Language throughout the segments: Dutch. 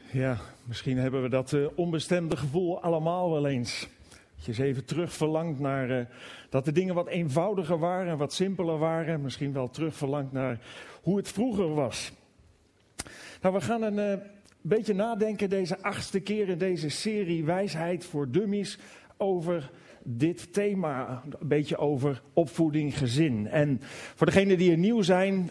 Ja, misschien hebben we dat onbestemde gevoel allemaal wel eens. Dat je eens even terug verlangt naar dat de dingen wat eenvoudiger waren, wat simpeler waren. Misschien wel terug verlangt naar hoe het vroeger was. Nou, we gaan een beetje nadenken deze 8e keer in deze serie Wijsheid voor Dummies over dit thema. Een beetje over opvoeding, gezin. En voor degenen die er nieuw zijn,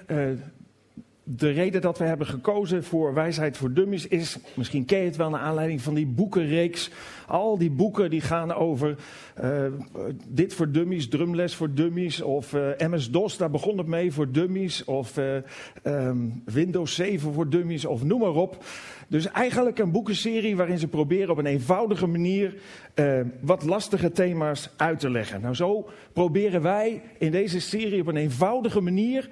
de reden dat we hebben gekozen voor Wijsheid voor Dummies is, misschien ken je het wel naar aanleiding van die boekenreeks. Al die boeken die gaan over dit voor dummies, drumles voor dummies of MS-DOS, daar begon het mee voor dummies. Of Windows 7 voor dummies of noem maar op. Dus eigenlijk een boekenserie waarin ze proberen op een eenvoudige manier wat lastige thema's uit te leggen. Nou, zo proberen wij in deze serie op een eenvoudige manier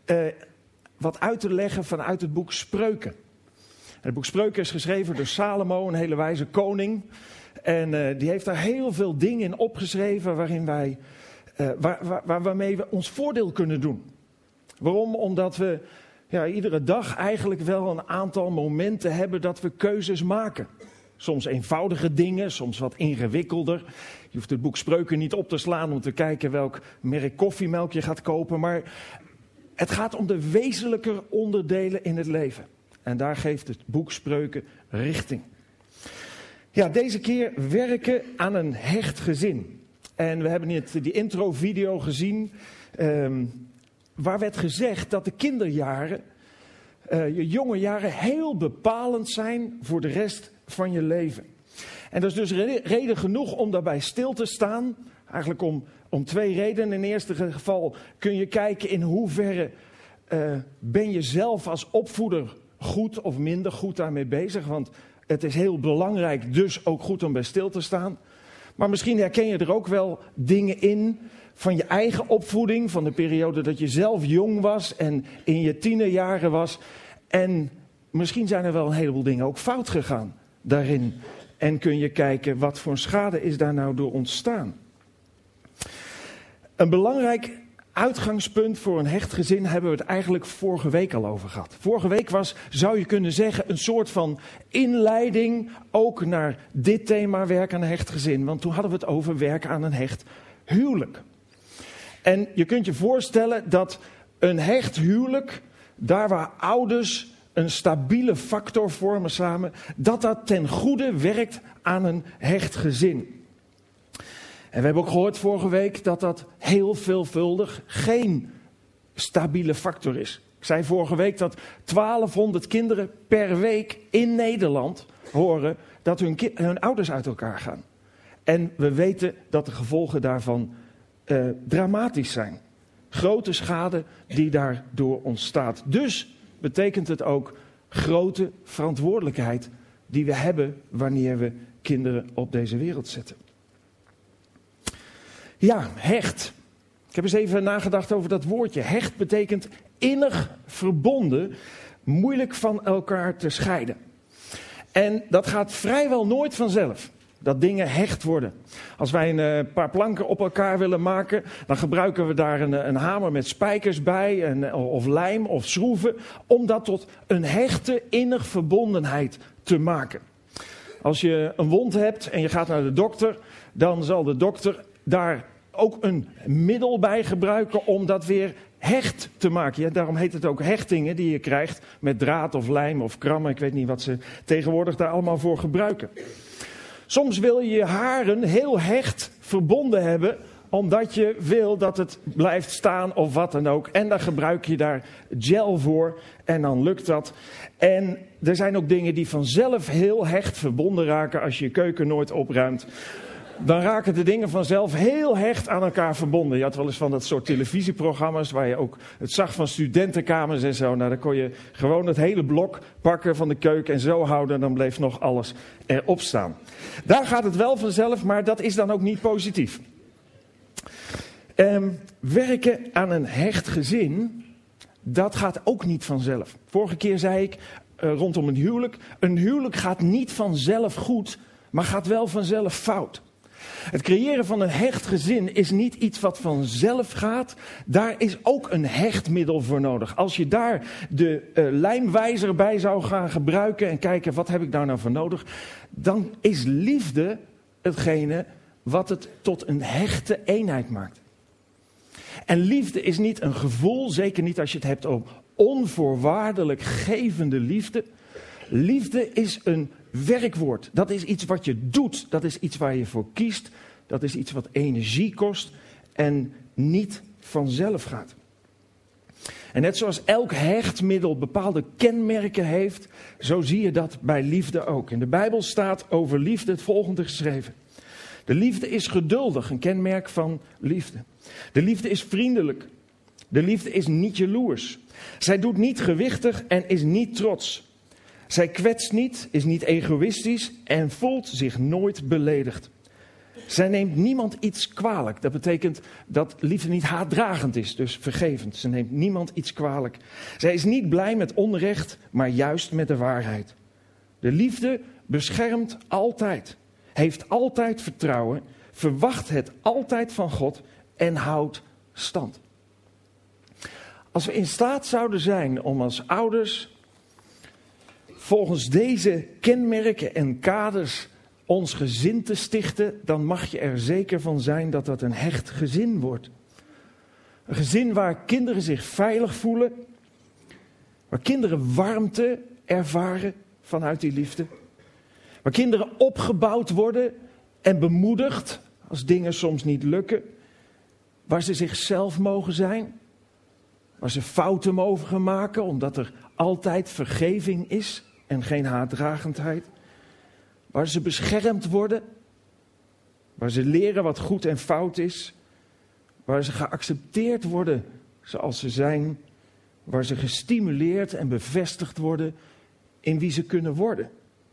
wat uit te leggen vanuit het boek Spreuken. En het boek Spreuken is geschreven door Salomo, een hele wijze koning. En die heeft daar heel veel dingen in opgeschreven waarin wij, waarmee we ons voordeel kunnen doen. Waarom? Omdat we iedere dag eigenlijk wel een aantal momenten hebben dat we keuzes maken. Soms eenvoudige dingen, soms wat ingewikkelder. Je hoeft het boek Spreuken niet op te slaan om te kijken welk merk koffiemelk je gaat kopen, maar het gaat om de wezenlijke onderdelen in het leven. En daar geeft het boek Spreuken richting. Ja, deze keer werken aan een hecht gezin. En we hebben net die intro-video gezien, waar werd gezegd dat de kinderjaren, je jonge jaren, heel bepalend zijn voor de rest van je leven. En dat is dus reden genoeg om daarbij stil te staan. Eigenlijk om 2 redenen. In het eerste geval kun je kijken in hoeverre ben je zelf als opvoeder goed of minder goed daarmee bezig. Want het is heel belangrijk, dus ook goed om bij stil te staan. Maar misschien herken je er ook wel dingen in van je eigen opvoeding. Van de periode dat je zelf jong was en in je tienerjaren was. En misschien zijn er wel een heleboel dingen ook fout gegaan daarin. En kun je kijken wat voor schade is daar nou door ontstaan. Een belangrijk uitgangspunt voor een hecht gezin hebben we het eigenlijk vorige week al over gehad. Vorige week was, zou je kunnen zeggen, een soort van inleiding ook naar dit thema werk aan een hecht gezin. Want toen hadden we het over werken aan een hecht huwelijk. En je kunt je voorstellen dat een hecht huwelijk, daar waar ouders een stabiele factor vormen samen, dat ten goede werkt aan een hecht gezin. En we hebben ook gehoord vorige week dat heel veelvuldig geen stabiele factor is. Ik zei vorige week dat 1200 kinderen per week in Nederland horen dat hun ouders uit elkaar gaan. En we weten dat de gevolgen daarvan dramatisch zijn. Grote schade die daardoor ontstaat. Dus betekent het ook grote verantwoordelijkheid die we hebben wanneer we kinderen op deze wereld zetten. Ja, hecht. Ik heb eens even nagedacht over dat woordje. Hecht betekent innig verbonden, moeilijk van elkaar te scheiden. En dat gaat vrijwel nooit vanzelf, dat dingen hecht worden. Als wij een paar planken op elkaar willen maken, dan gebruiken we daar een hamer met spijkers bij, of lijm of schroeven, om dat tot een hechte, innig verbondenheid te maken. Als je een wond hebt en je gaat naar de dokter, dan zal de dokter daar ook een middel bij gebruiken om dat weer hecht te maken. Ja, daarom heet het ook hechtingen die je krijgt met draad of lijm of krammen. Ik weet niet wat ze tegenwoordig daar allemaal voor gebruiken. Soms wil je je haren heel hecht verbonden hebben, omdat je wil dat het blijft staan of wat dan ook. En dan gebruik je daar gel voor en dan lukt dat. En er zijn ook dingen die vanzelf heel hecht verbonden raken als je je keuken nooit opruimt. Dan raken de dingen vanzelf heel hecht aan elkaar verbonden. Je had wel eens van dat soort televisieprogramma's waar je ook het zag van studentenkamers en zo. Nou, dan kon je gewoon het hele blok pakken van de keuken en zo houden. En dan bleef nog alles erop staan. Daar gaat het wel vanzelf, maar dat is dan ook niet positief. Werken aan een hecht gezin, dat gaat ook niet vanzelf. Vorige keer zei ik rondom een huwelijk gaat niet vanzelf goed, maar gaat wel vanzelf fout. Het creëren van een hecht gezin is niet iets wat vanzelf gaat. Daar is ook een hechtmiddel voor nodig. Als je daar de lijmwijzer bij zou gaan gebruiken en kijken wat heb ik daar nou voor nodig, dan is liefde hetgene wat het tot een hechte eenheid maakt. En liefde is niet een gevoel, zeker niet als je het hebt over onvoorwaardelijk gevende liefde. Liefde is een werkwoord. Dat is iets wat je doet. Dat is iets waar je voor kiest. Dat is iets wat energie kost en niet vanzelf gaat. En net zoals elk hechtmiddel bepaalde kenmerken heeft, zo zie je dat bij liefde ook. In de Bijbel staat over liefde het volgende geschreven. De liefde is geduldig, een kenmerk van liefde. De liefde is vriendelijk. De liefde is niet jaloers. Zij doet niet gewichtig en is niet trots. Zij kwetst niet, is niet egoïstisch en voelt zich nooit beledigd. Zij neemt niemand iets kwalijk. Dat betekent dat liefde niet haatdragend is, dus vergevend. Ze neemt niemand iets kwalijk. Zij is niet blij met onrecht, maar juist met de waarheid. De liefde beschermt altijd, heeft altijd vertrouwen, verwacht het altijd van God en houdt stand. Als we in staat zouden zijn om als ouders volgens deze kenmerken en kaders ons gezin te stichten, dan mag je er zeker van zijn dat dat een hecht gezin wordt. Een gezin waar kinderen zich veilig voelen, waar kinderen warmte ervaren vanuit die liefde, waar kinderen opgebouwd worden en bemoedigd als dingen soms niet lukken, waar ze zichzelf mogen zijn, waar ze fouten mogen maken omdat er altijd vergeving is en geen haatdragendheid. Waar ze beschermd worden. Waar ze leren wat goed en fout is. Waar ze geaccepteerd worden zoals ze zijn. Waar ze gestimuleerd en bevestigd worden in wie ze kunnen worden.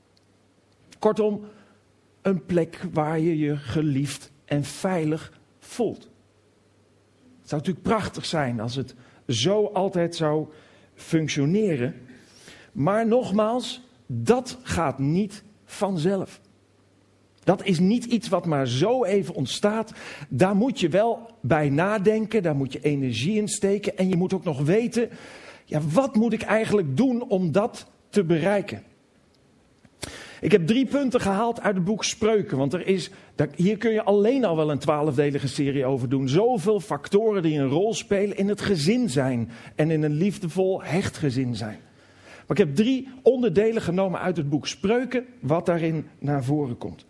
Kortom, een plek waar je je geliefd en veilig voelt. Het zou natuurlijk prachtig zijn als het zo altijd zou functioneren. Maar nogmaals, dat gaat niet vanzelf. Dat is niet iets wat maar zo even ontstaat. Daar moet je wel bij nadenken, daar moet je energie in steken. En je moet ook nog weten, ja, wat moet ik eigenlijk doen om dat te bereiken? Ik heb 3 punten gehaald uit het boek Spreuken. Want hier kun je alleen al wel een 12-delige serie over doen. Zoveel factoren die een rol spelen in het gezin zijn. En in een liefdevol hecht gezin zijn. Maar ik heb 3 onderdelen genomen uit het boek Spreuken, wat daarin naar voren komt.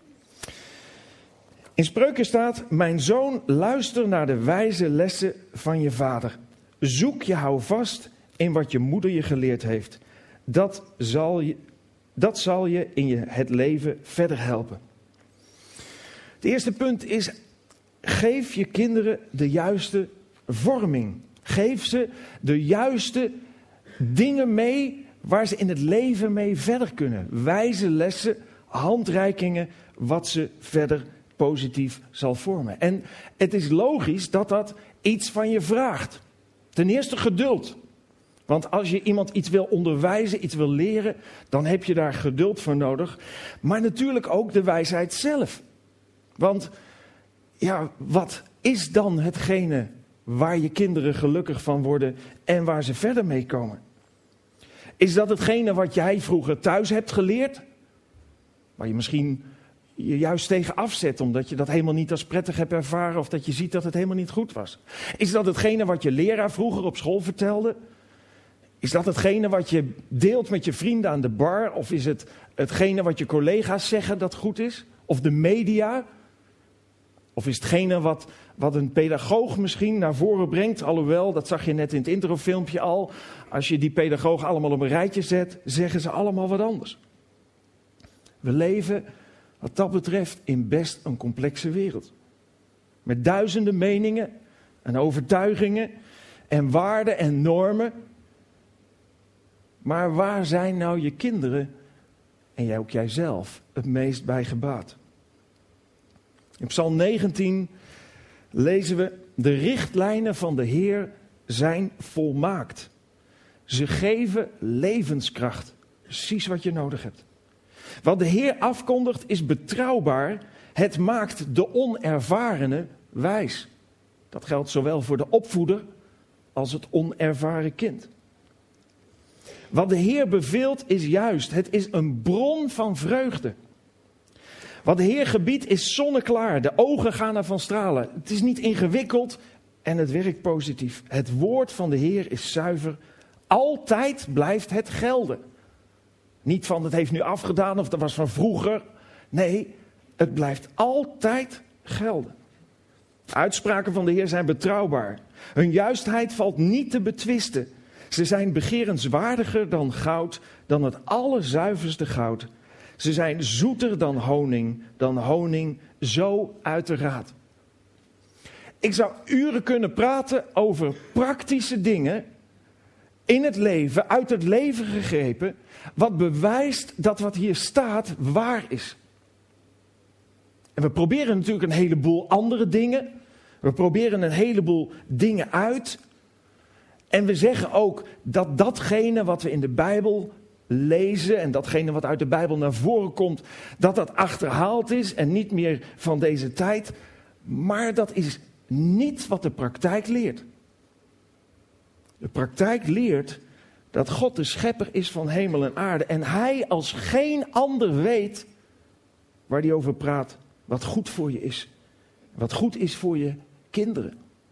In Spreuken staat: mijn zoon, luister naar de wijze lessen van je vader. Zoek je houvast in wat je moeder je geleerd heeft. Dat zal je in het leven verder helpen. Het eerste punt is: geef je kinderen de juiste vorming. Geef ze de juiste dingen mee waar ze in het leven mee verder kunnen. Wijze lessen, handreikingen, wat ze verder positief zal vormen. En het is logisch dat dat iets van je vraagt. Ten eerste geduld. Want als je iemand iets wil onderwijzen, iets wil leren, dan heb je daar geduld voor nodig. Maar natuurlijk ook de wijsheid zelf. Want ja, wat is dan hetgene waar je kinderen gelukkig van worden en waar ze verder mee komen? Is dat hetgene wat jij vroeger thuis hebt geleerd? Waar je misschien je juist tegen afzet omdat je dat helemaal niet als prettig hebt ervaren of dat je ziet dat het helemaal niet goed was? Is dat hetgene wat je leraar vroeger op school vertelde? Is dat hetgene wat je deelt met je vrienden aan de bar? Of is het hetgene wat je collega's zeggen dat goed is? Of de media? Of is hetgene wat een pedagoog misschien naar voren brengt? Alhoewel, dat zag je net in het introfilmpje al. Als je die pedagoog allemaal op een rijtje zet, zeggen ze allemaal wat anders. We leven wat dat betreft in best een complexe wereld. Met duizenden meningen en overtuigingen en waarden en normen. Maar waar zijn nou je kinderen en ook jijzelf het meest bij gebaat? In Psalm 19 lezen we: de richtlijnen van de Heer zijn volmaakt. Ze geven levenskracht. Precies wat je nodig hebt. Wat de Heer afkondigt is betrouwbaar. Het maakt de onervarene wijs. Dat geldt zowel voor de opvoeder als het onervaren kind. Wat de Heer beveelt is juist. Het is een bron van vreugde. Wat de Heer gebiedt is zonneklaar. De ogen gaan ervan stralen. Het is niet ingewikkeld en het werkt positief. Het woord van de Heer is zuiver. Altijd blijft het gelden. Niet van het heeft nu afgedaan of dat was van vroeger. Nee, het blijft altijd gelden. Uitspraken van de Heer zijn betrouwbaar. Hun juistheid valt niet te betwisten. Ze zijn begerenswaardiger dan goud, dan het allerzuiverste goud. Ze zijn zoeter dan honing, zo uit de raad. Ik zou uren kunnen praten over praktische dingen in het leven, uit het leven gegrepen, wat bewijst dat wat hier staat waar is. En we proberen natuurlijk een heleboel andere dingen. We proberen een heleboel dingen uit. En we zeggen ook dat datgene wat we in de Bijbel lezen en datgene wat uit de Bijbel naar voren komt, dat dat achterhaald is en niet meer van deze tijd. Maar dat is niet wat de praktijk leert. De praktijk leert dat God de schepper is van hemel en aarde. En hij als geen ander weet waar hij over praat wat goed voor je is. Wat goed is voor je kinderen.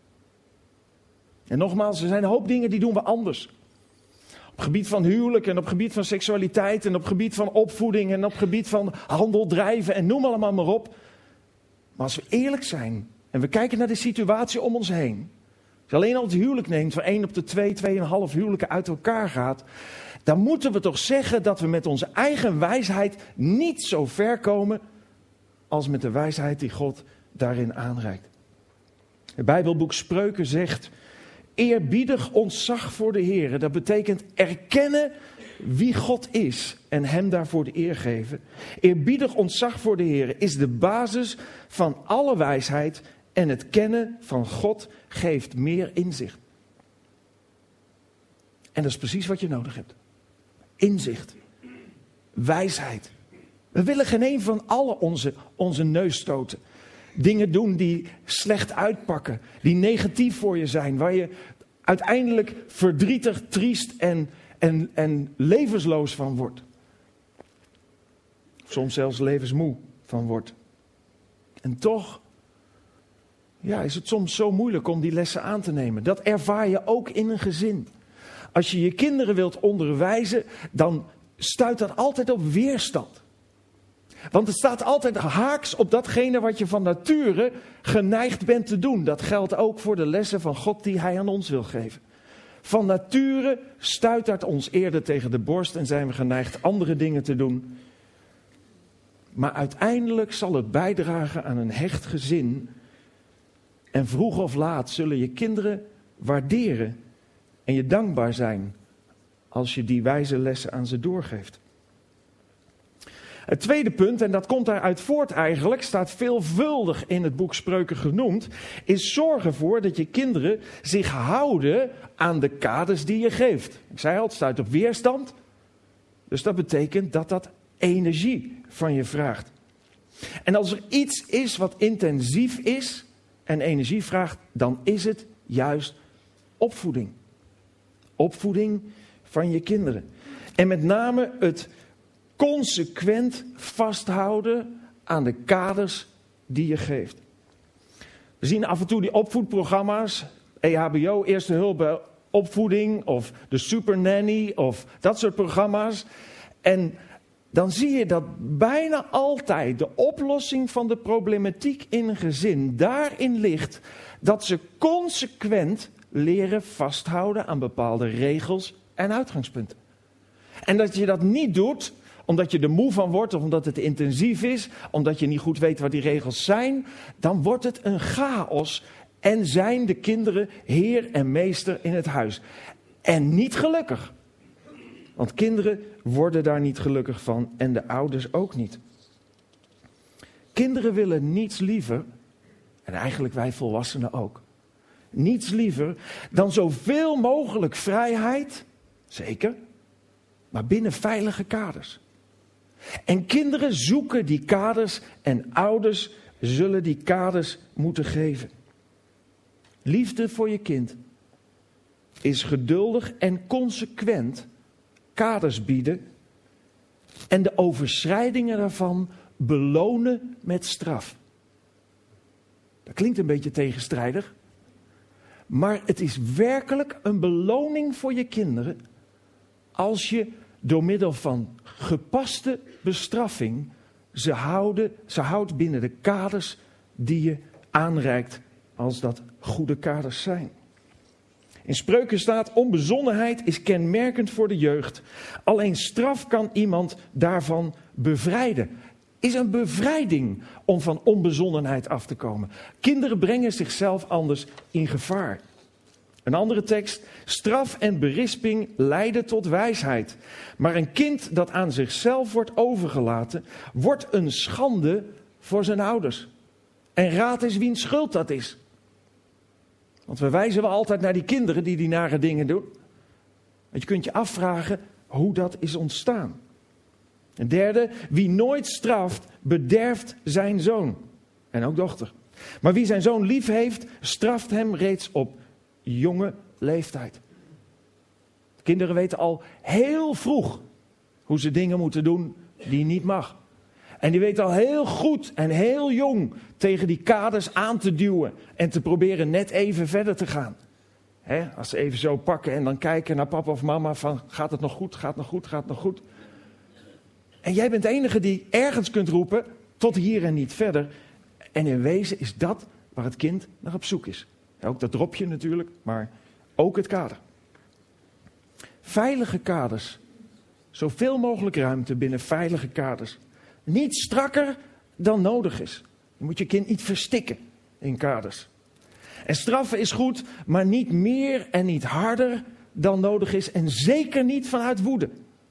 En nogmaals, er zijn een hoop dingen die doen we anders. Op het gebied van huwelijk en op het gebied van seksualiteit en op het gebied van opvoeding en op het gebied van handel drijven en noem allemaal maar op. Maar als we eerlijk zijn en we kijken naar de situatie om ons heen. Als je alleen al het huwelijk neemt, waar 1 op de 2,5 huwelijken uit elkaar gaat. Dan moeten we toch zeggen dat we met onze eigen wijsheid niet zo ver komen als met de wijsheid die God daarin aanreikt. Het Bijbelboek Spreuken zegt: eerbiedig ontzag voor de Heer. Dat betekent erkennen wie God is en hem daarvoor de eer geven. Eerbiedig ontzag voor de Heer is de basis van alle wijsheid en het kennen van God geeft meer inzicht. En dat is precies wat je nodig hebt. Inzicht. Wijsheid. We willen geen een van alle onze neus stoten. Dingen doen die slecht uitpakken. Die negatief voor je zijn. Waar je uiteindelijk verdrietig, triest en levensloos van wordt. Soms zelfs levensmoe van wordt. En toch is het soms zo moeilijk om die lessen aan te nemen. Dat ervaar je ook in een gezin. Als je je kinderen wilt onderwijzen, dan stuit dat altijd op weerstand. Want het staat altijd haaks op datgene wat je van nature geneigd bent te doen. Dat geldt ook voor de lessen van God die hij aan ons wil geven. Van nature stuit dat ons eerder tegen de borst en zijn we geneigd andere dingen te doen. Maar uiteindelijk zal het bijdragen aan een hecht gezin. En vroeg of laat zullen je kinderen waarderen en je dankbaar zijn als je die wijze lessen aan ze doorgeeft. Het tweede punt, en dat komt daaruit voort eigenlijk, staat veelvuldig in het boek Spreuken genoemd, is zorg ervoor dat je kinderen zich houden aan de kaders die je geeft. Ik zei al, het stuit op weerstand, dus dat betekent dat dat energie van je vraagt. En als er iets is wat intensief is en energie vraagt, dan is het juist opvoeding. Opvoeding van je kinderen. En met name het consequent vasthouden aan de kaders die je geeft. We zien af en toe die opvoedprogramma's, EHBO, Eerste Hulp, Opvoeding of de Super Nanny of dat soort programma's. En dan zie je dat bijna altijd de oplossing van de problematiek in een gezin daarin ligt dat ze consequent leren vasthouden aan bepaalde regels en uitgangspunten. En dat je dat niet doet omdat je er moe van wordt of omdat het intensief is, omdat je niet goed weet wat die regels zijn, dan wordt het een chaos en zijn de kinderen heer en meester in het huis. En niet gelukkig. Want kinderen worden daar niet gelukkig van en de ouders ook niet. Kinderen willen niets liever, en eigenlijk wij volwassenen ook, niets liever dan zoveel mogelijk vrijheid, zeker, maar binnen veilige kaders. En kinderen zoeken die kaders en ouders zullen die kaders moeten geven. Liefde voor je kind is geduldig en consequent kaders bieden en de overschrijdingen daarvan belonen met straf. Dat klinkt een beetje tegenstrijdig, maar het is werkelijk een beloning voor je kinderen als je door middel van gepaste bestraffing ze houdt binnen de kaders die je aanreikt als dat goede kaders zijn. In Spreuken staat: onbezonnenheid is kenmerkend voor de jeugd. Alleen straf kan iemand daarvan bevrijden. Is een bevrijding om van onbezonnenheid af te komen. Kinderen brengen zichzelf anders in gevaar. Een andere tekst: straf en berisping leiden tot wijsheid. Maar een kind dat aan zichzelf wordt overgelaten, wordt een schande voor zijn ouders. En raad eens wiens schuld dat is. Want we wijzen wel altijd naar die kinderen die nare dingen doen. Want je kunt je afvragen hoe dat is ontstaan. Een derde: wie nooit straft, bederft zijn zoon. En ook dochter. Maar wie zijn zoon lief heeft, straft hem reeds op jonge leeftijd. Kinderen weten al heel vroeg hoe ze dingen moeten doen die niet mag. En die weten al heel goed en heel jong tegen die kaders aan te duwen en te proberen net even verder te gaan. Als ze even zo pakken en dan kijken naar papa of mama van: gaat het nog goed, gaat het nog goed, gaat het nog goed. En jij bent de enige die ergens kunt roepen: tot hier en niet verder. En in wezen is dat waar het kind naar op zoek is. Ook dat dropje natuurlijk, maar ook het kader. Veilige kaders. Zoveel mogelijk ruimte binnen veilige kaders. Niet strakker dan nodig is. Je moet je kind niet verstikken in kaders. En straffen is goed, maar niet meer en niet harder dan nodig is. En zeker niet vanuit woede.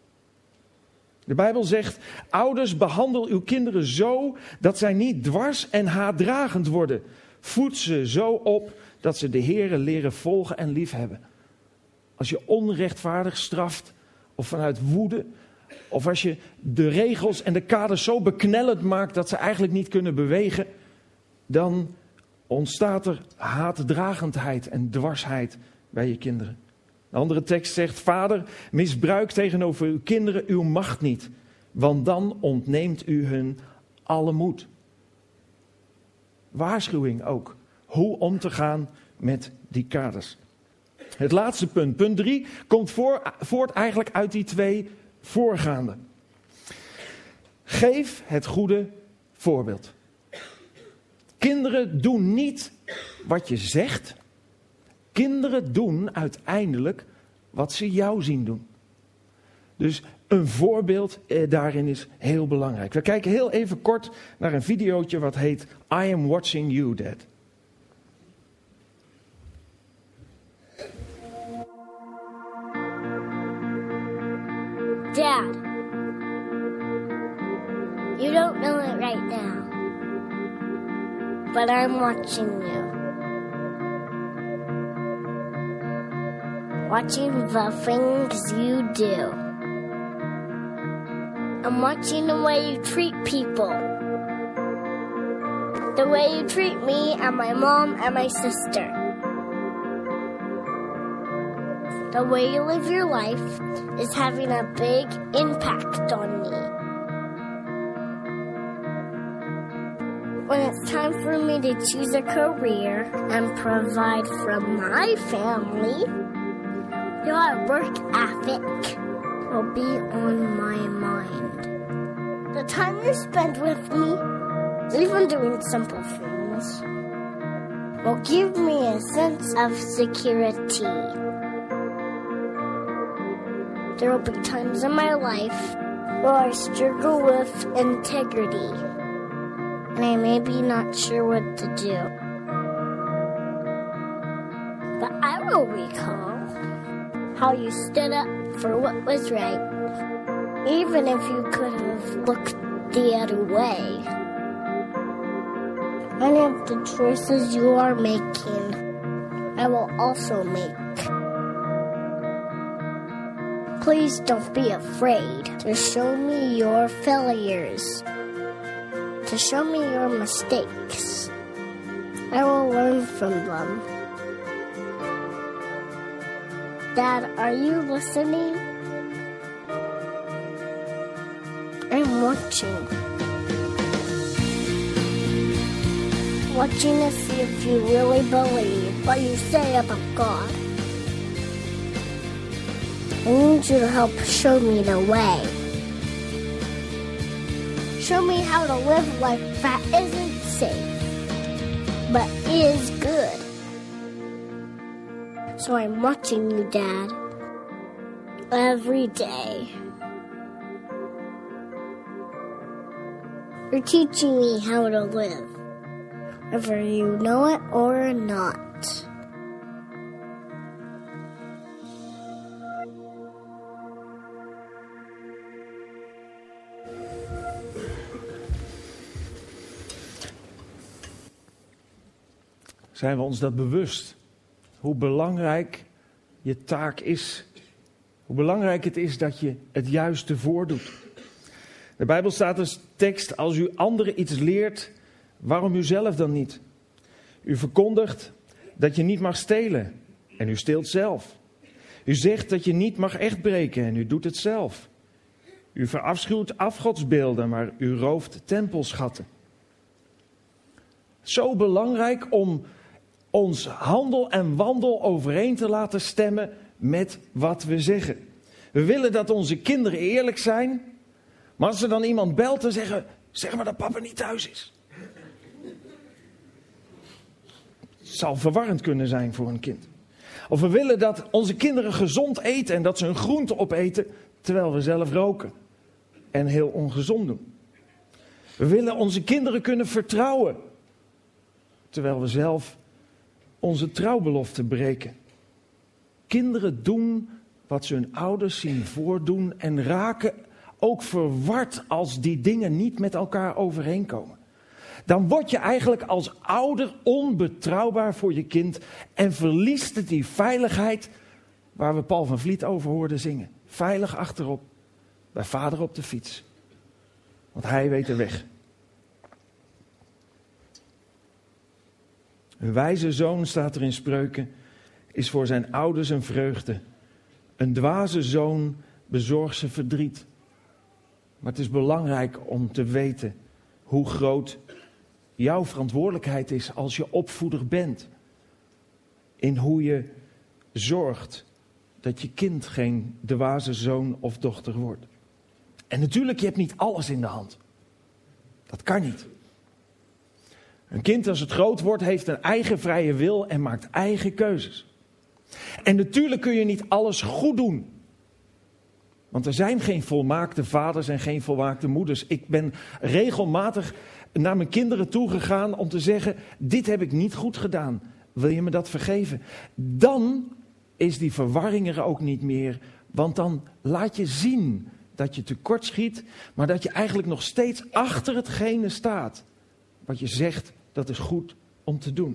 De Bijbel zegt: ouders, behandel uw kinderen zo dat zij niet dwars en haatdragend worden. Voed ze zo op dat ze de Heere leren volgen en liefhebben. Als je onrechtvaardig straft of vanuit woede, of als je de regels en de kaders zo beknellend maakt dat ze eigenlijk niet kunnen bewegen, dan ontstaat er haatdragendheid en dwarsheid bij je kinderen. De andere tekst zegt: vader, misbruik tegenover uw kinderen uw macht niet, want dan ontneemt u hun alle moed. Waarschuwing ook, hoe om te gaan met die kaders. Het laatste punt, punt 3, komt voort eigenlijk uit die twee voorgaande. Geef het goede voorbeeld. Kinderen doen niet wat je zegt. Kinderen doen uiteindelijk wat ze jou zien doen. Dus een voorbeeld daarin is heel belangrijk. We kijken heel even kort naar een videootje wat heet I Am Watching You, Dad. Dad, you don't know it right now, but I'm watching you. Watching the things you do. I'm watching the way you treat people. The way you treat me and my mom and my sister. The way you live your life is having a big impact on me. When it's time for me to choose a career and provide for my family, your work ethic will be on my mind. The time you spend with me, even doing simple things, will give me a sense of security. There will be times in my life where I struggle with integrity, and I may be not sure what to do. But I will recall how you stood up for what was right, even if you could have looked the other way. Many of the choices you are making, I will also make. Please don't be afraid to show me your failures, to show me your mistakes. I will learn from them. Dad, are you listening? I'm watching. Watching to see if you really believe what you say about God. I need you to help show me the way. Show me how to live life that isn't safe, but is good. So I'm watching you, Dad, every day. You're teaching me how to live, whether you know it or not. Zijn we ons dat bewust? Hoe belangrijk je taak is. Hoe belangrijk het is dat je het juiste voordoet. De Bijbel staat als tekst: als u anderen iets leert, waarom u zelf dan niet? U verkondigt dat je niet mag stelen en u steelt zelf. U zegt dat je niet mag echtbreken en u doet het zelf. U verafschuwt afgodsbeelden, maar u rooft tempelschatten. Zo belangrijk om ons handel en wandel overeen te laten stemmen met wat we zeggen. We willen dat onze kinderen eerlijk zijn, maar als er dan iemand belt, dan zeggen: zeg maar dat papa niet thuis is. Het zal verwarrend kunnen zijn voor een kind. Of we willen dat onze kinderen gezond eten en dat ze hun groente opeten, terwijl we zelf roken en heel ongezond doen. We willen onze kinderen kunnen vertrouwen, terwijl we zelf onze trouwbelofte breken. Kinderen doen wat ze hun ouders zien voordoen en raken ook verward als die dingen niet met elkaar overeenkomen. Dan word je eigenlijk als ouder onbetrouwbaar voor je kind en verliest het die veiligheid waar we Paul van Vliet over hoorden zingen. Veilig achterop, bij vader op de fiets. Want hij weet de weg. Een wijze zoon, staat er in Spreuken, is voor zijn ouders een vreugde. Een dwaze zoon bezorgt ze verdriet. Maar het is belangrijk om te weten hoe groot jouw verantwoordelijkheid is als je opvoeder bent. In hoe je zorgt dat je kind geen dwaze zoon of dochter wordt. En natuurlijk, je hebt niet alles in de hand. Dat kan niet. Een kind als het groot wordt heeft een eigen vrije wil en maakt eigen keuzes. En natuurlijk kun je niet alles goed doen. Want er zijn geen volmaakte vaders en geen volmaakte moeders. Ik ben regelmatig naar mijn kinderen toegegaan om te zeggen: dit heb ik niet goed gedaan. Wil je me dat vergeven? Dan is die verwarring er ook niet meer. Want dan laat je zien dat je tekortschiet, maar dat je eigenlijk nog steeds achter hetgene staat wat je zegt dat is goed om te doen.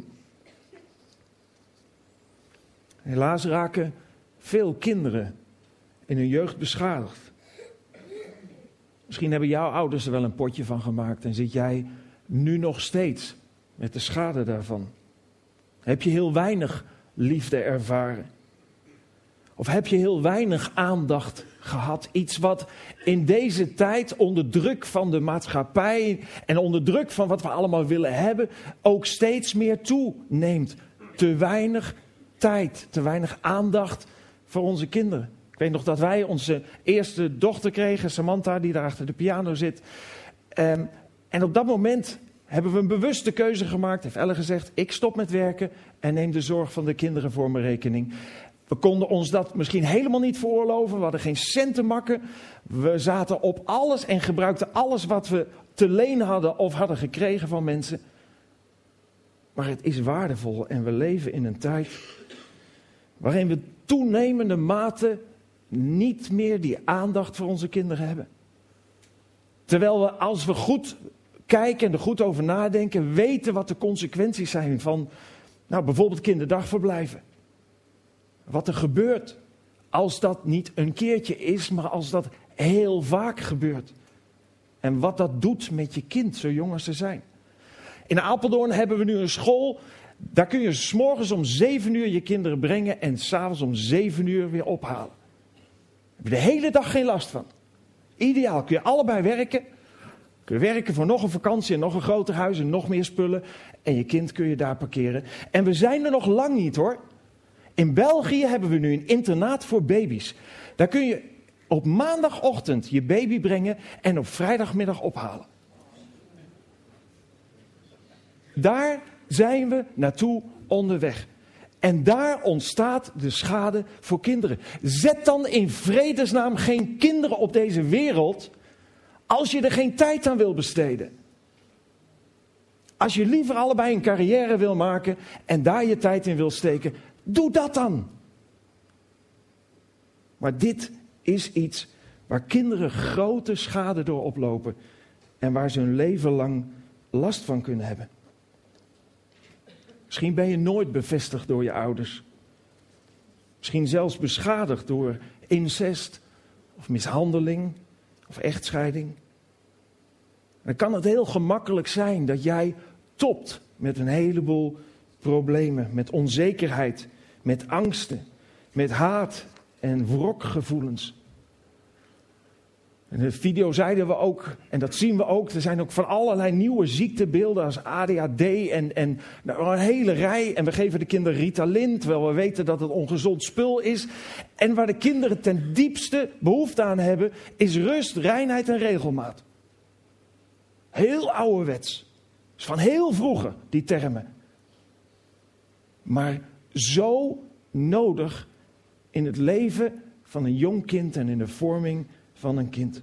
Helaas raken veel kinderen in hun jeugd beschadigd. Misschien hebben jouw ouders er wel een potje van gemaakt en zit jij nu nog steeds met de schade daarvan. Heb je heel weinig liefde ervaren? Of heb je heel weinig aandacht gehad? Iets wat in deze tijd onder druk van de maatschappij en onder druk van wat we allemaal willen hebben, ook steeds meer toeneemt. Te weinig tijd, te weinig aandacht voor onze kinderen. Ik weet nog dat wij onze eerste dochter kregen, Samantha, die daar achter de piano zit. En op dat moment hebben we een bewuste keuze gemaakt. Heeft Elle gezegd: ik stop met werken en neem de zorg van de kinderen voor mijn rekening. We konden ons dat misschien helemaal niet veroorloven. We hadden geen cent te makken. We zaten op alles en gebruikten alles wat we te leen hadden of hadden gekregen van mensen. Maar het is waardevol en we leven in een tijd waarin we toenemende mate niet meer die aandacht voor onze kinderen hebben. Terwijl we, als we goed kijken en er goed over nadenken, weten wat de consequenties zijn van bijvoorbeeld kinderdagverblijven. Wat er gebeurt als dat niet een keertje is, maar als dat heel vaak gebeurt. En wat dat doet met je kind, zo jong als ze zijn. In Apeldoorn hebben we nu een school. Daar kun je 's morgens om 7 uur je kinderen brengen en 's avonds om 7 uur weer ophalen. Daar heb je de hele dag geen last van. Ideaal, kun je allebei werken. Kun je werken voor nog een vakantie en nog een groter huis en nog meer spullen. En je kind kun je daar parkeren. En we zijn er nog lang niet hoor. In België hebben we nu een internaat voor baby's. Daar kun je op maandagochtend je baby brengen en op vrijdagmiddag ophalen. Daar zijn we naartoe onderweg. En daar ontstaat de schade voor kinderen. Zet dan in vredesnaam geen kinderen op deze wereld als je er geen tijd aan wil besteden. Als je liever allebei een carrière wil maken en daar je tijd in wil steken, doe dat dan. Maar dit is iets waar kinderen grote schade door oplopen en waar ze hun leven lang last van kunnen hebben. Misschien ben je nooit bevestigd door je ouders. Misschien zelfs beschadigd door incest of mishandeling of echtscheiding. Dan kan het heel gemakkelijk zijn dat jij topt met een heleboel problemen, met onzekerheid, met angsten, met haat en wrokgevoelens. In de video zeiden we ook, en dat zien we ook, er zijn ook van allerlei nieuwe ziektebeelden als ADHD en een hele rij. En we geven de kinderen Ritalin, terwijl we weten dat het ongezond spul is. En waar de kinderen ten diepste behoefte aan hebben, is rust, reinheid en regelmaat. Heel ouderwets. Dus van heel vroeger, die termen. Maar zo nodig in het leven van een jong kind en in de vorming van een kind.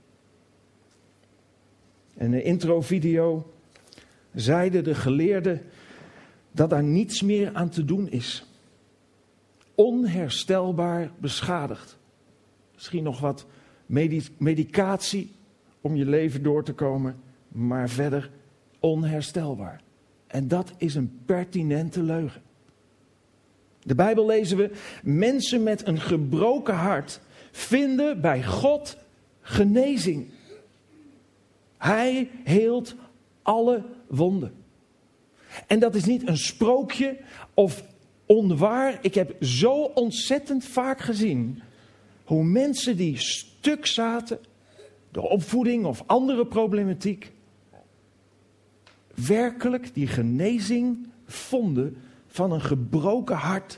In de introvideo zeiden de geleerden dat daar niets meer aan te doen is. Onherstelbaar beschadigd. Misschien nog wat medicatie om je leven door te komen, maar verder onherstelbaar. En dat is een pertinente leugen. De Bijbel lezen we, mensen met een gebroken hart vinden bij God genezing. Hij heelt alle wonden. En dat is niet een sprookje of onwaar. Ik heb zo ontzettend vaak gezien hoe mensen die stuk zaten door opvoeding of andere problematiek, werkelijk die genezing vonden van een gebroken hart.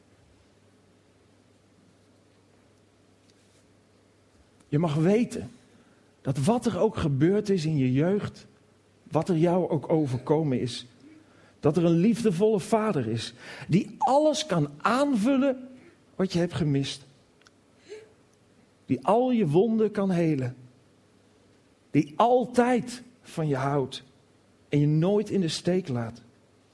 Je mag weten dat wat er ook gebeurd is in je jeugd, wat er jou ook overkomen is, dat er een liefdevolle vader is die alles kan aanvullen wat je hebt gemist. Die al je wonden kan helen. Die altijd van je houdt en je nooit in de steek laat.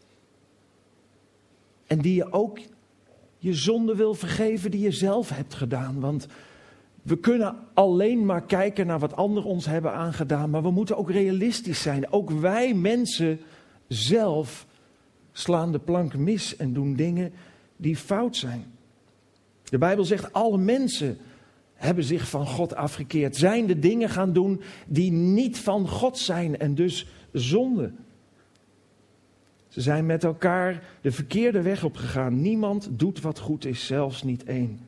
En die je ook je zonde wil vergeven die je zelf hebt gedaan. Want we kunnen alleen maar kijken naar wat anderen ons hebben aangedaan. Maar we moeten ook realistisch zijn. Ook wij mensen zelf slaan de plank mis en doen dingen die fout zijn. De Bijbel zegt alle mensen hebben zich van God afgekeerd. Zijn de dingen gaan doen die niet van God zijn en dus zonde. Ze zijn met elkaar de verkeerde weg opgegaan. Niemand doet wat goed is, zelfs niet één.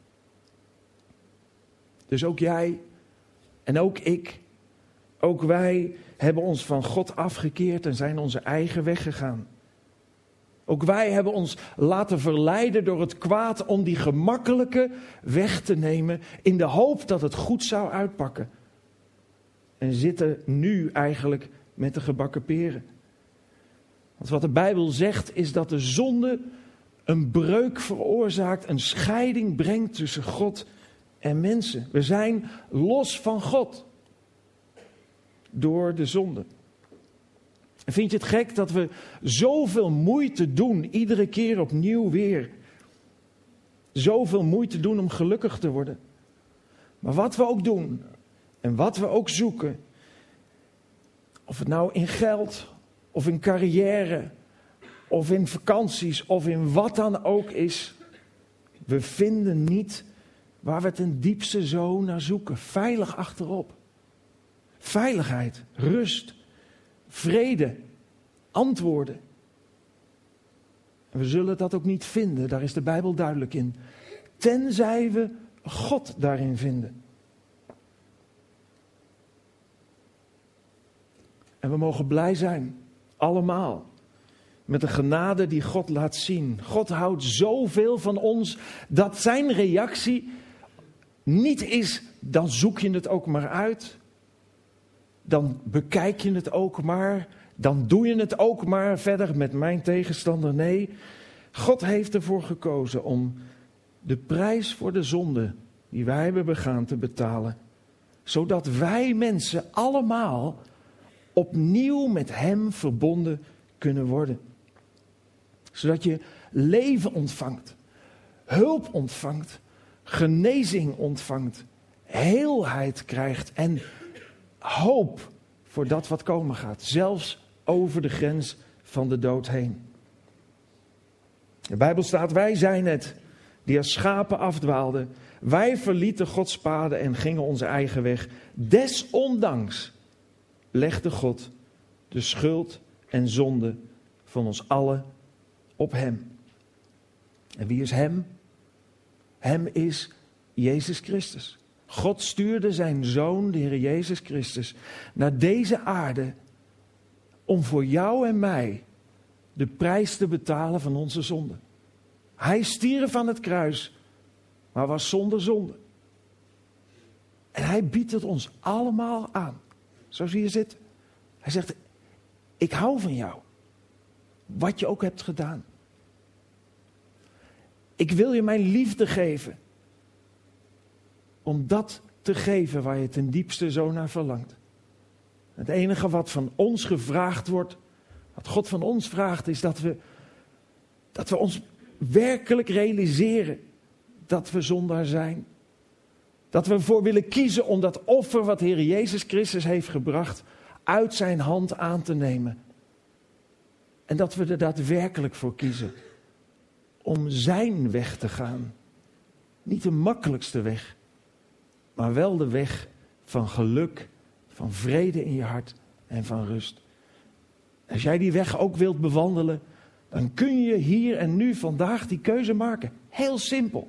Dus ook jij en ook ik, ook wij hebben ons van God afgekeerd en zijn onze eigen weg gegaan. Ook wij hebben ons laten verleiden door het kwaad om die gemakkelijke weg te nemen in de hoop dat het goed zou uitpakken. En zitten nu eigenlijk met de gebakken peren. Want wat de Bijbel zegt is dat de zonde een breuk veroorzaakt, een scheiding brengt tussen God en mensen. We zijn los van God door de zonde. En vind je het gek dat we zoveel moeite doen, iedere keer opnieuw weer. Zoveel moeite doen om gelukkig te worden. Maar wat we ook doen en wat we ook zoeken, of het nou in geld of in carrière of in vakanties of in wat dan ook is, we vinden niet waar we ten diepste zo naar zoeken. Veilig achterop. Veiligheid, rust, vrede, antwoorden. En we zullen dat ook niet vinden, daar is de Bijbel duidelijk in. Tenzij we God daarin vinden. En we mogen blij zijn, allemaal, met de genade die God laat zien. God houdt zoveel van ons dat zijn reactie niet is, dan zoek je het ook maar uit. Dan bekijk je het ook maar. Dan doe je het ook maar verder met mijn tegenstander. Nee, God heeft ervoor gekozen om de prijs voor de zonde die wij hebben begaan te betalen. Zodat wij mensen allemaal opnieuw met hem verbonden kunnen worden. Zodat je leven ontvangt, hulp ontvangt, genezing ontvangt, heelheid krijgt en hoop voor dat wat komen gaat. Zelfs over de grens van de dood heen. De Bijbel staat, wij zijn het die als schapen afdwaalden. Wij verlieten Gods paden en gingen onze eigen weg. Desondanks legde God de schuld en zonde van ons allen op hem. En wie is hem? Hem is Jezus Christus. God stuurde zijn Zoon, de Heer Jezus Christus, naar deze aarde om voor jou en mij de prijs te betalen van onze zonde. Hij stierf aan het kruis, maar was zonder zonde. En hij biedt het ons allemaal aan. Zo zie je zitten. Hij zegt, ik hou van jou. Wat je ook hebt gedaan. Ik wil je mijn liefde geven. Om dat te geven waar je ten diepste zo naar verlangt. Het enige wat van ons gevraagd wordt, wat God van ons vraagt, is dat we ons werkelijk realiseren dat we zondaar zijn. Dat we ervoor willen kiezen om dat offer wat de Heer Jezus Christus heeft gebracht uit zijn hand aan te nemen. En dat we er daadwerkelijk voor kiezen om zijn weg te gaan. Niet de makkelijkste weg, maar wel de weg van geluk, van vrede in je hart en van rust. Als jij die weg ook wilt bewandelen, dan kun je hier en nu vandaag die keuze maken. Heel simpel.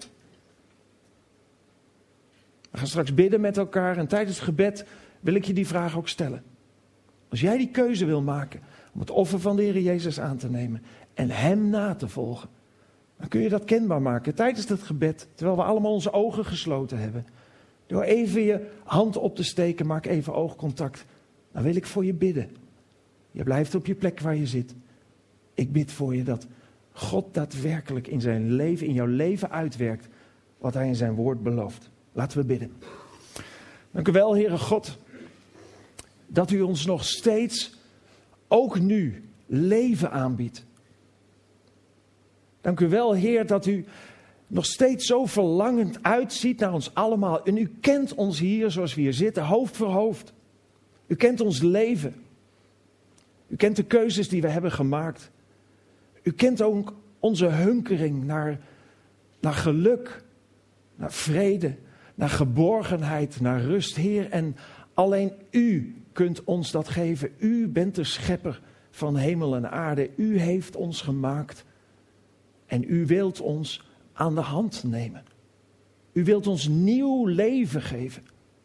We gaan straks bidden met elkaar en tijdens het gebed wil ik je die vraag ook stellen. Als jij die keuze wil maken om het offer van de Heer Jezus aan te nemen en hem na te volgen, dan kun je dat kenbaar maken tijdens het gebed, terwijl we allemaal onze ogen gesloten hebben. Door even je hand op te steken, maak even oogcontact. Dan wil ik voor je bidden. Je blijft op je plek waar je zit. Ik bid voor je dat God daadwerkelijk in zijn leven, in jouw leven uitwerkt wat hij in zijn woord belooft. Laten we bidden. Dank u wel, Heere God, dat u ons nog steeds, ook nu, leven aanbiedt. Dank u wel, Heer, dat u nog steeds zo verlangend uitziet naar ons allemaal. En u kent ons hier zoals we hier zitten, hoofd voor hoofd. U kent ons leven. U kent de keuzes die we hebben gemaakt. U kent ook onze hunkering naar geluk, naar vrede, naar geborgenheid, naar rust, Heer. En alleen u kunt ons dat geven. U bent de schepper van hemel en aarde. U heeft ons gemaakt. En u wilt ons aan de hand nemen. U wilt ons nieuw leven geven.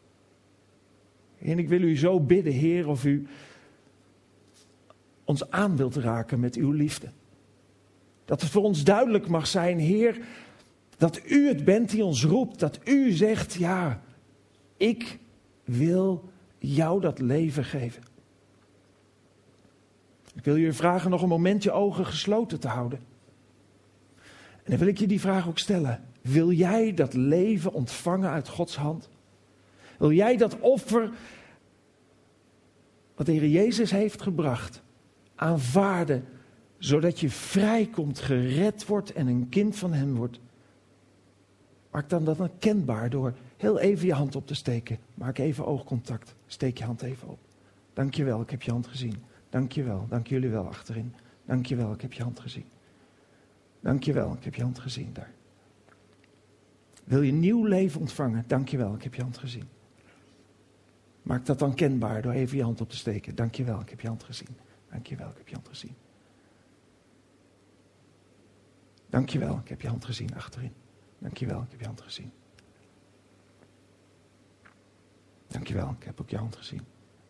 En ik wil u zo bidden, Heer, of u ons aan wilt raken met uw liefde. Dat het voor ons duidelijk mag zijn, Heer, dat u het bent die ons roept. Dat u zegt, ja, ik wil jou dat leven geven. Ik wil je vragen nog een moment je ogen gesloten te houden. En dan wil ik je die vraag ook stellen. Wil jij dat leven ontvangen uit Gods hand? Wil jij dat offer wat de Heer Jezus heeft gebracht aanvaarden, zodat je vrijkomt, gered wordt en een kind van hem wordt? Maak dan dat kenbaar door heel even je hand op te steken. Maak even oogcontact. Steek je hand even op. Dank je wel, ik heb je hand gezien. Dank je wel, dank jullie wel achterin. Dank je wel, ik heb je hand gezien. Dank je wel, ik heb je hand gezien daar. Wil je nieuw leven ontvangen? Dank je wel, ik heb je hand gezien. Maak dat dan kenbaar door even je hand op te steken. Dank je wel, ik heb je hand gezien. Dank je wel, ik heb je hand gezien. Dank je wel, ik heb je hand gezien achterin. Dank je wel, ik heb je hand gezien. Dank je wel, ik heb ook je hand gezien.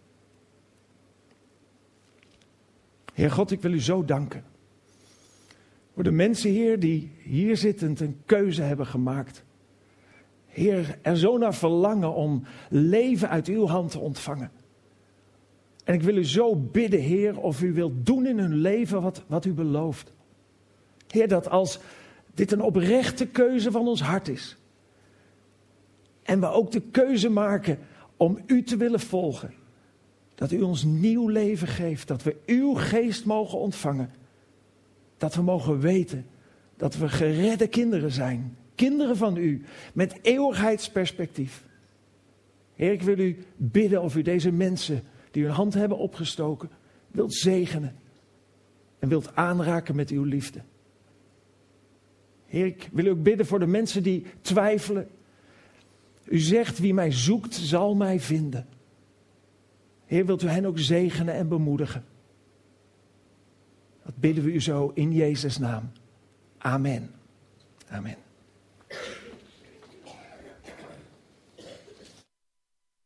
Heer God, ik wil u zo danken. Voor de mensen, Heer, die hier zittend een keuze hebben gemaakt. Heer, er zo naar verlangen om leven uit uw hand te ontvangen. En ik wil u zo bidden, Heer, of u wilt doen in hun leven wat u belooft. Heer, dat als dit een oprechte keuze van ons hart is. En we ook de keuze maken om u te willen volgen. Dat u ons nieuw leven geeft. Dat we uw geest mogen ontvangen. Dat we mogen weten dat we geredde kinderen zijn. Kinderen van u. Met eeuwigheidsperspectief. Heer, ik wil u bidden of u deze mensen die hun hand hebben opgestoken wilt zegenen. En wilt aanraken met uw liefde. Heer, ik wil u ook bidden voor de mensen die twijfelen. U zegt, wie mij zoekt, zal mij vinden. Heer, wilt u hen ook zegenen en bemoedigen. Dat bidden we u zo in Jezus' naam. Amen. Amen.